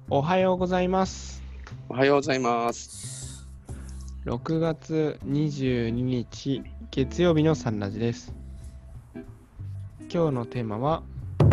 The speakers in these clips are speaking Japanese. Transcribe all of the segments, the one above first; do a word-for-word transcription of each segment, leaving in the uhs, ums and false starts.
おはようございます。 おはようございます。 ろくがつにじゅうににち月曜日のサンラジです。今日のテーマは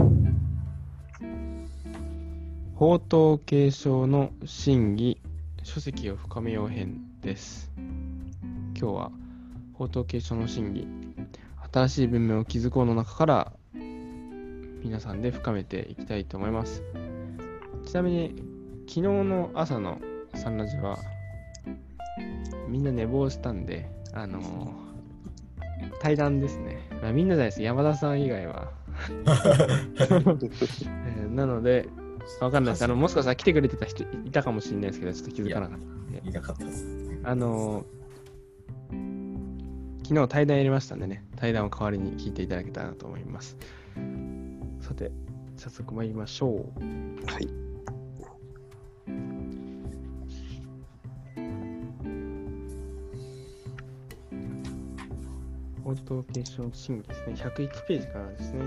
法統継承の真偽書籍を深めよう編です。今日は法統継承の真偽、新しい文明を築こうの中から皆さんで深めていきたいと思います。ちなみに昨日の朝のサンラジはみんな寝坊したんで、あのー、対談ですね。まあ、みんなじゃないです。山田さん以外は。えーなので、わかんないです。あの、もしかしたら来てくれてた人いたかもしれないですけど、ちょっと気づかなかったんで。 いなかったです。 あのー、昨日対談やりましたんでね、対談を代わりに聞いていただけたらなと思います。さて、早速参りましょう。 はい。 法統継承真偽ですね。ひゃくいちページからですね。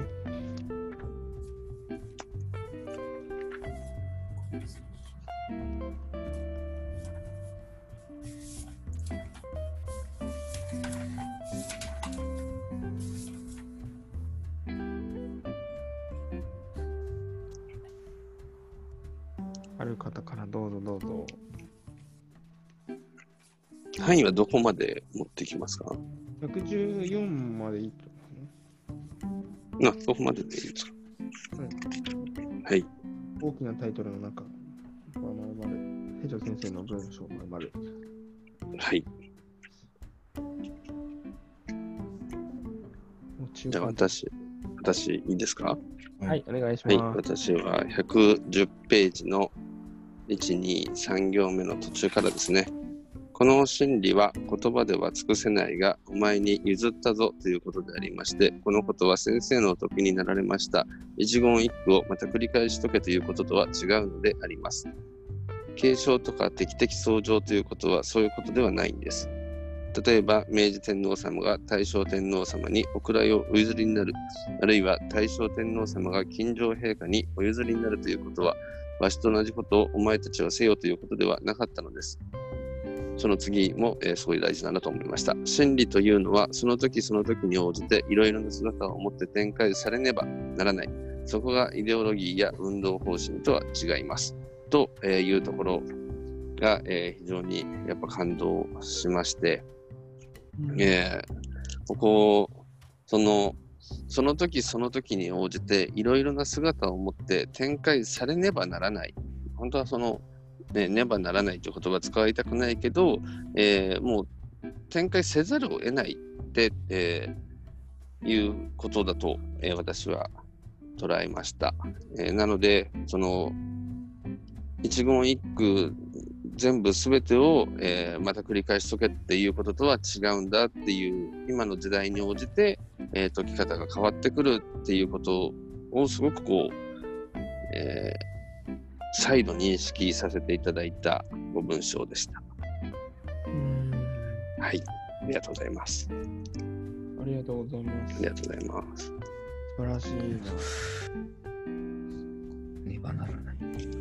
ある方からどうぞどうぞ。 範囲はどこまで持ってきますか？ ひゃくじゅうよんまでいいとな、どこまででいいですか？ はい。 はい。 大きなタイトルの中、まるまる、ヘジョ先生の文章まるまる。 はい。じゃあ私、私いいですか？ はい、お願いします。 はい、私はひゃくじゅうページのいち、に、さん行目の途中からですね。この真理は言葉では尽くせないが、お前に譲ったぞということでありまして、このことは先生のお説きになられました一言一句をまた繰り返し解けということとは違うのであります。継承とか適的相乗ということはそういうことではないんです。例えば、明治天皇様が大正天皇様にお位をお譲りになる、あるいは大正天皇様が金城陛下にお譲りになるということは、わしと同じことをお前たちはせよということではなかったのです。その次も、えー、すごい大事だなと思いました。真理というのは、その時その時に応じていろいろな姿を持って展開されねばならない。そこがイデオロギーや運動方針とは違います。というところが、えー、非常にやっぱ感動しまして、うんえー、ここ、その、その時その時に応じていろいろな姿を持って展開されねばならない。本当はその、ね、ねばならないという言葉は使いたくないけど、えー、もう展開せざるを得ないって、えー、いうことだと、えー、私は捉えました。えー、なので、その一言一句全部すべてを、えー、また繰り返し解けっていうこととは違うんだっていう今の時代に応じて、えー、解き方が変わってくるっていうことをすごくこう、えー再度認識させていただいたご文章でした。 うんはい、ありがとうございます。 ありがとうございます。 ありがとうございます。 素晴らしいな。 ねばならない。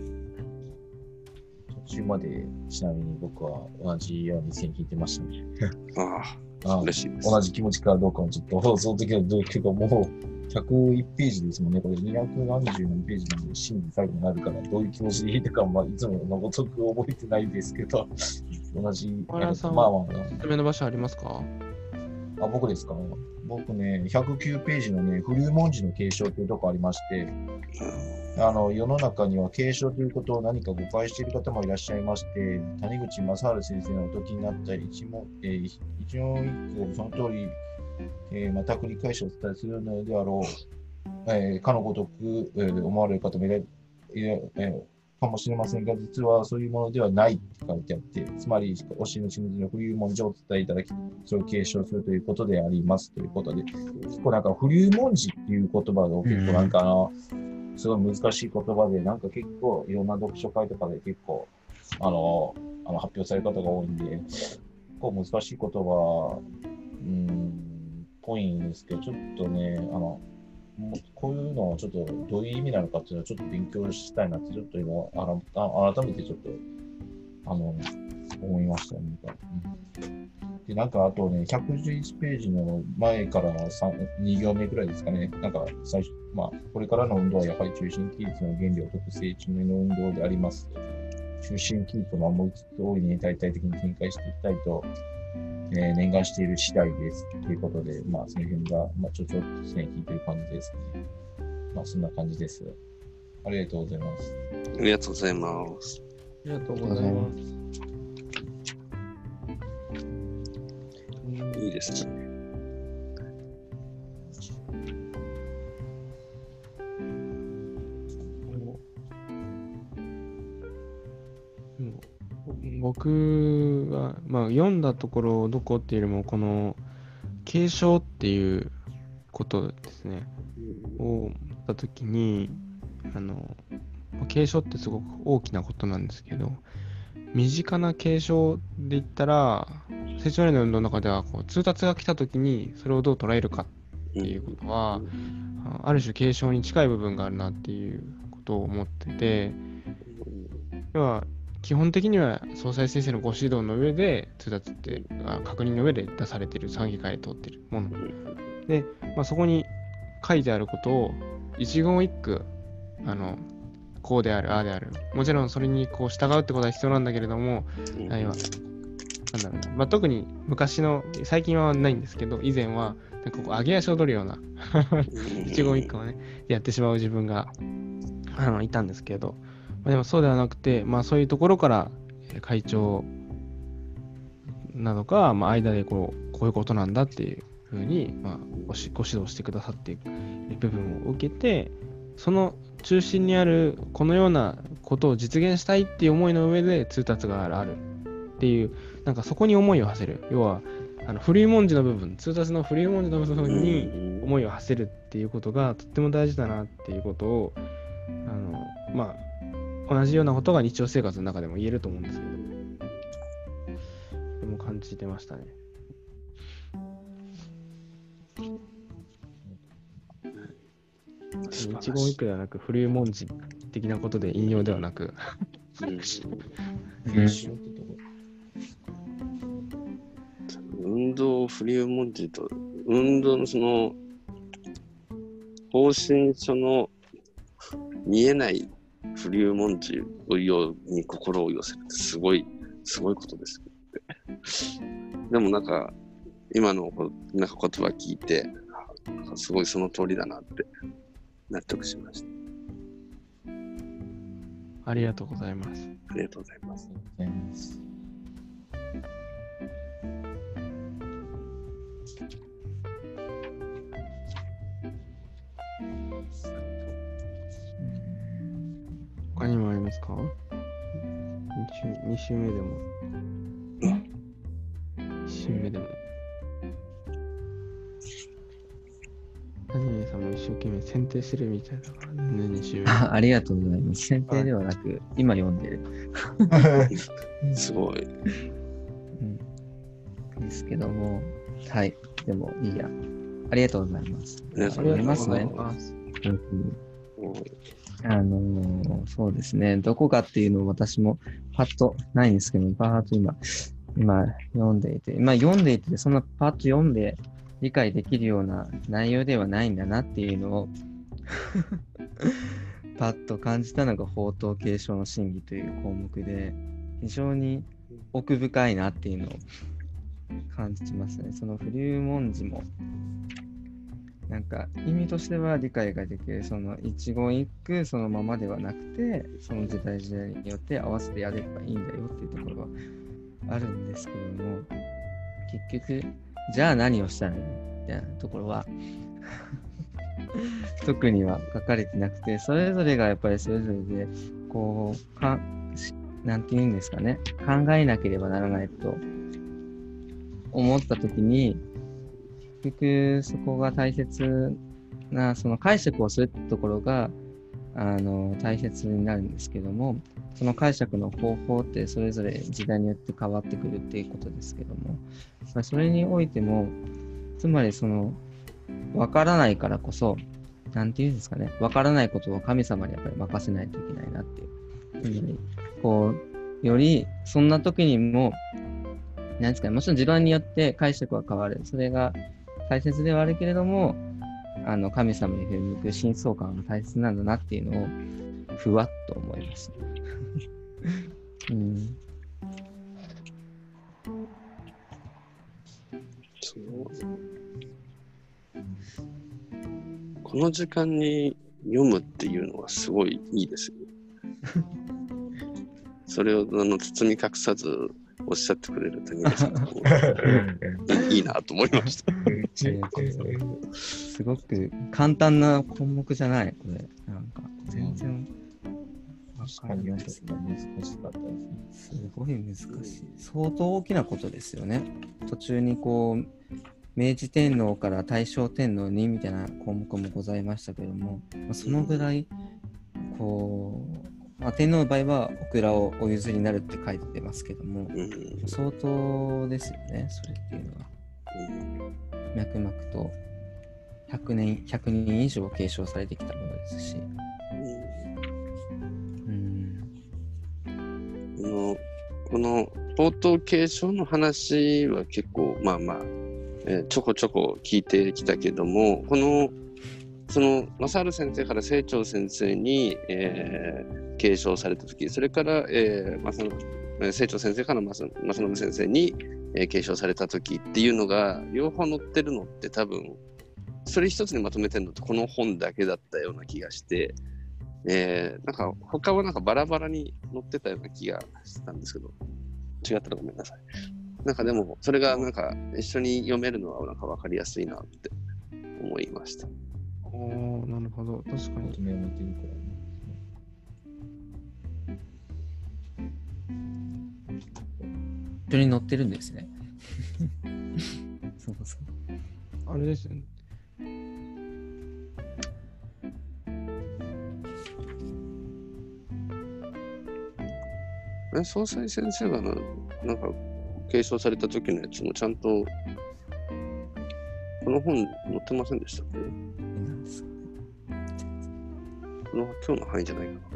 途中までちなみに僕は同じように線引いてましたね。 ああ、嬉しいです。 同じ気持ちかどうかもちょっとその時のどういうかもう。ひゃくいちページですもんね。これにひゃくなんじゅうなんページなんで、真理最後になるから、どういう気持ちでいいとか、まあ、いつものごとく覚えてないですけど、同じ。 小原さん、 まあまあ、 おすすめの場所ありますか？ あ、僕ですか？僕ね、ひゃくきゅうページのね、風流文字の継承というところありまして、あの、世の中には継承ということを何か誤解している方もいらっしゃいまして、谷口正治先生のお説きになった一問、えー、一問一句をその通り、えー、また繰り返しお伝えするのであろう、えー、かのごとく、えー、思われる方もいらっしゃる、えー、かもしれませんが、実はそういうものではないって書いてあって、つまり、教えの真理の不流文字をお伝えいただき、それを継承するということでありますということで、結構なんか不流文字っていう言葉が結構なんかあの、すごい難しい言葉で、なんか結構いろんな読書会とかで結構、あの、あの発表される方が多いんで、結構難しい言葉、うん、ぽいんですけど、ちょっとね、あの、 もうこういうのはちょっとどういう意味なのかっていうのはちょっと勉強したいなってちょっと今あら改めてちょっとあの思いましたね。うん、でなんかあとねひゃくじゅういちページの前からに行目くらいですかね。なんか最初まあこれからの運動はやはり中心起立の原理を特性中の運動であります。中心起立を守りつつ大いに大体的に展開していきたいと。えー、念願している次第ですということで、まあ、その辺が、まあ、ちょちょっとすでに聞いてる感じですね。まあ、そんな感じです。ありがとうございます。 ありがとうございます。 ありがとうございます。 いいですね。 僕が、まあ、読んだところどこっていうよりもこの継承っていうことですねを思ったときにあの継承ってすごく大きなことなんですけど身近な継承で言ったら成長例の運動の中ではこう通達が来たときにそれをどう捉えるかっていうことはある種継承に近い部分があるなっていうことを思ってて要は基本的には総裁先生のご指導の上で通達って確認の上で出されている参議会で通っているもので、まあ、そこに書いてあることを一言一句あのこうであるああであるもちろんそれにこう従うってことは必要なんだけれどもあれはなんだろうな、まあ、特に昔の最近はないんですけど以前はなんかこう上げ足を取るような一言一句をねやってしまう自分があのいたんですけどでもそうではなくて、まあ、そういうところから会長などが、まあ、間でこう、こういうことなんだっていうふうに、まあ、ご指導してくださっている部分を受けてその中心にあるこのようなことを実現したいっていう思いの上で通達があるっていうなんかそこに思いを馳せる要はあの古い文字の部分通達の古い文字の部分に思いを馳せるっていうことがとっても大事だなっていうことをあのまあ同じようなことが日常生活の中でも言えると思うんですけど、とても感じてましたね。一言一句ではなく、古い文字的なことで引用ではなく、 運動フリー文字と運動のその方針書の見えないフリー文字をように心を寄せるってすごいすごいことですでもなんか今のなんか言葉聞いてすごいその通りだなって納得しました。 ありがとうございます。 ありがとうございます。 ありがとうございます。 他にもありますか？に週目でもいち週目でもアニメさんも一生懸命選定してるみたいだからね、に週目。 あ、ありがとうございます。選定ではなく、はい、今読んでる。 すごい、 うん。ですけども、はい。でもいいや。ありがとうございます。 ありがとうございます。 ありがとうございます。あのー、そうですね。どこかっていうのを私もパッとないんですけど、パーッと今、今読んでいて、今読んでいて、そんなパッと読んで理解できるような内容ではないんだなっていうのをパッと感じたのが法統継承の真偽という項目で、非常に奥深いなっていうのを感じますね。その不流文字もなんか意味としては理解ができる、その一言一句そのままではなくて、その時代時代によって合わせてやればいいんだよっていうところはあるんですけれども、結局じゃあ何をしたらいいのみたいなところは特には書かれてなくて、それぞれがやっぱりそれぞれでこうかなんていうんですかね、考えなければならないと思ったときに、結局そこが大切な、その解釈をするってところがあの大切になるんですけども、その解釈の方法ってそれぞれ時代によって変わってくるっていうことですけども、それにおいてもつまりその分からないからこそなんていうんですかね、わからないことを神様にやっぱり任せないといけないなっていう。こう、より、そんな時にも、なんですかね、もちろん自分によって解釈は変わる。それが大切ではあるけれども、あの、神様に振り向く真相感が大切なんだなっていうのを、ふわっと思いました。うん、 そのこの時間に読むっていうのはすごいいいですよね。それをあの包み隠さずおっしゃってくれる谷口さんいいいなと思いました。 すごく簡単な項目じゃない、これ。なんか全然確かに難しかったですね。 すごい難しい。相当大きなことですよね。途中にこう、明治天皇から大正天皇にみたいな項目もございましたけども、まあ、そのぐらい、こう、まあ、天皇の場合はオクラをお譲りになるって書いてますけども、 うん、 相当ですよね、それっていうのは。うん、脈々とひゃくねん、ひゃくにん以上継承されてきたものですし。 のこの宝刀継承の話は結構まあまあ、えー、ちょこちょこ聞いてきたけども、このその正治先生から清張先生に、えー、継承された時、それから、えー、正清張先生から正信先生に、えー、継承された時っていうのが両方載ってるのって多分それ一つにまとめてるのってこの本だけだったような気がして。えー、なんか他はなんかバラバラに載ってたような気がしたんですけど、違ったらごめんなさい。なんかでもそれがなんか一緒に読めるのはなんか分かりやすいなって思いました。 おー、なるほど、確かに。 一緒に載ってるんですね。そうそう。 あれですよね。 総裁先生がな、なんか継承された時のやつもちゃんとこの本載ってませんでしたっけ？この今日の範囲じゃないかな。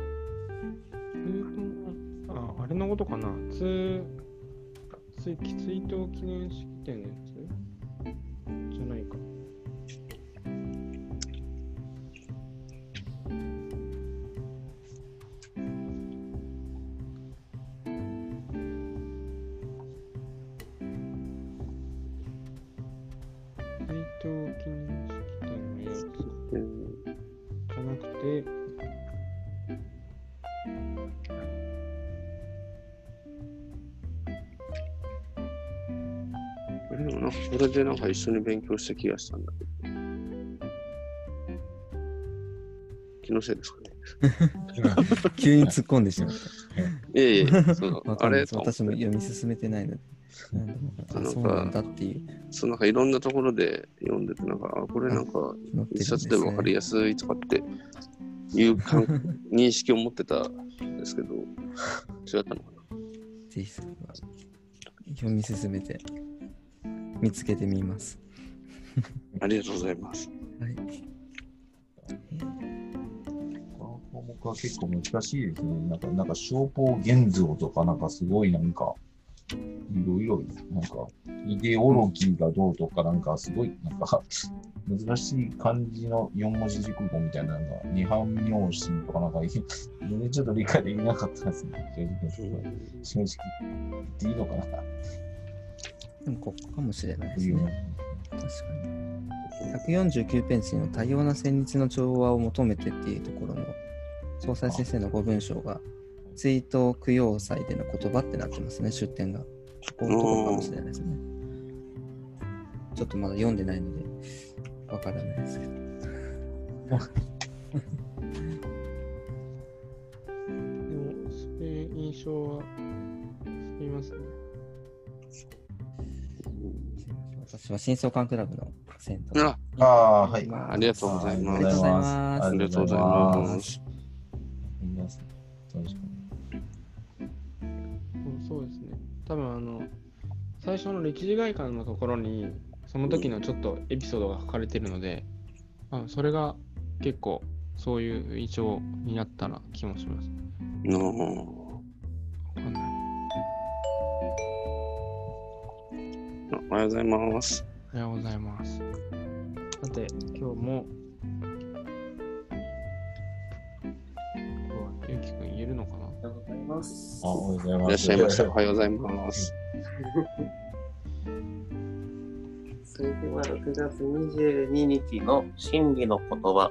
あ、あれのことかな。つ追悼記念式典のやつじゃないか。追悼記念式典のやつじゃなくて、 でもなんかそれでなんか一緒に勉強した気がしたんだけど。気のせいですかね。 急に突っ込んでしまった。 いえいえ、そのあれ私も読み進めてないので。あ、そうなんだっていう。 そうなんかいろんなところで読んでて、なんか、あ、これなんか一冊で分かりやすいとかっていう感認識を持ってたんですけど、違ったのかな。 ぜひそれは読み進めて見つけてみます。 ありがとうございます。 はい。 この項目は結構難しいですね。なんか、なんか、消防現像とか、なんかすごいなんか、いろいろ、なんか、イデオロギーがどうとか、なんかすごい、なんか、難しい漢字のよん文字熟語みたいなのが、二半妙心とかなんか、全然ちょっと理解できなかったですね。正直、正直言っていいのかな。 でも、ここかもしれないですね。確かに。ひゃくよんじゅうきゅうページの多様な旋律の調和を求めてっていうところの、総裁先生のご文章が、追悼供養祭での言葉ってなってますね、出典が。こういうところかもしれないですね。ちょっとまだ読んでないので、わからないですけど。 でも、そういう印象はすみますね。 私は真相館クラブのセンター。 ああ、はい。 ありがとうございます。 ありがとうございます。 ありがとうございます。 確かに。 そうですね。多分あの最初の歴史概観のところにその時のちょっとエピソードが書かれているので、あ、それが結構そういう印象になったら気もします。 のわかんない。 おはようございます。 おはようございます。さて、今日も、今日はゆうきくん言えるのかな？ おはようございます。 あ、おはようございます。 いらっしゃいました。おはようございます。 それではろくがつにじゅうににちの真理の言葉。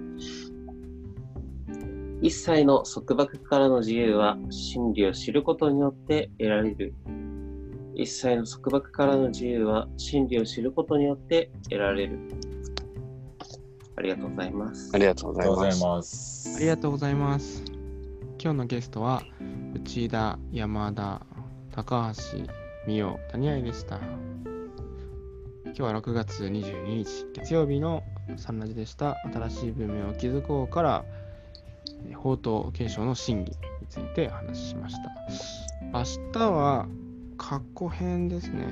一切の束縛からの自由は真理を知ることによって得られる。一切の束縛からの自由は真理を知ることによって得られる。ありがとうございます。 ありがとうございます。 ますありがとうございます。今日のゲストは内田、山田、高橋、美代、谷合でした。今日はろくがつにじゅうににち月曜日のサンラジでした。新しい文明を築こうから法統継承の真偽について話しました。明日は過去編ですね。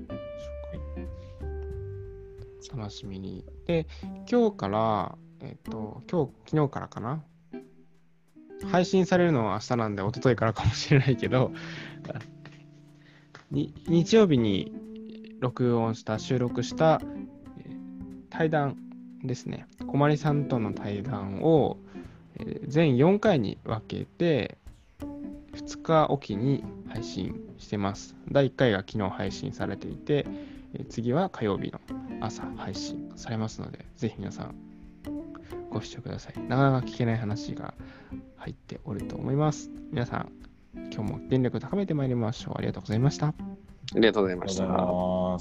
楽しみに。で、今日から、えっと、今日、昨日からかな。配信されるのは明日なんで、一昨日からかもしれないけど、に日曜日に録音した、収録した、えー対談ですね。小まりさんとの対談を、えー全よんかいに分けて、ふつかおきに配信してます。だいいっかいが昨日配信されていて、えー次は火曜日の朝配信されますので、ぜひ皆さんご視聴ください。なかなか聞けない話が入っておると思います。皆さん、今日も電力高めてまいりましょう。ありがとうございました。 ありがとうございました。 ありがとうございます。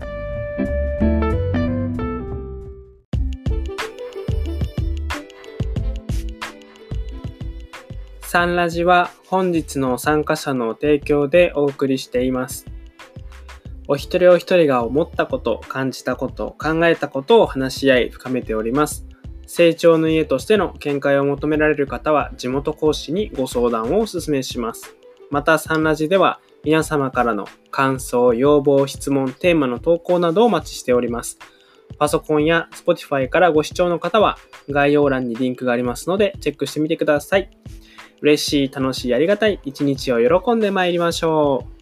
サンラジは本日の参加者の提供でお送りしています。お一人お一人が思ったこと、感じたこと、考えたことを話し合い深めております。成長の家としての見解を求められる方は地元講師にご相談をお勧めします。またサンラジでは皆様からの感想、要望、質問、テーマの投稿などをお待ちしております。パソコンや Spotify からご視聴の方は概要欄にリンクがありますのでチェックしてみてください。嬉しい、楽しい、ありがたい一日を喜んでまいりましょう。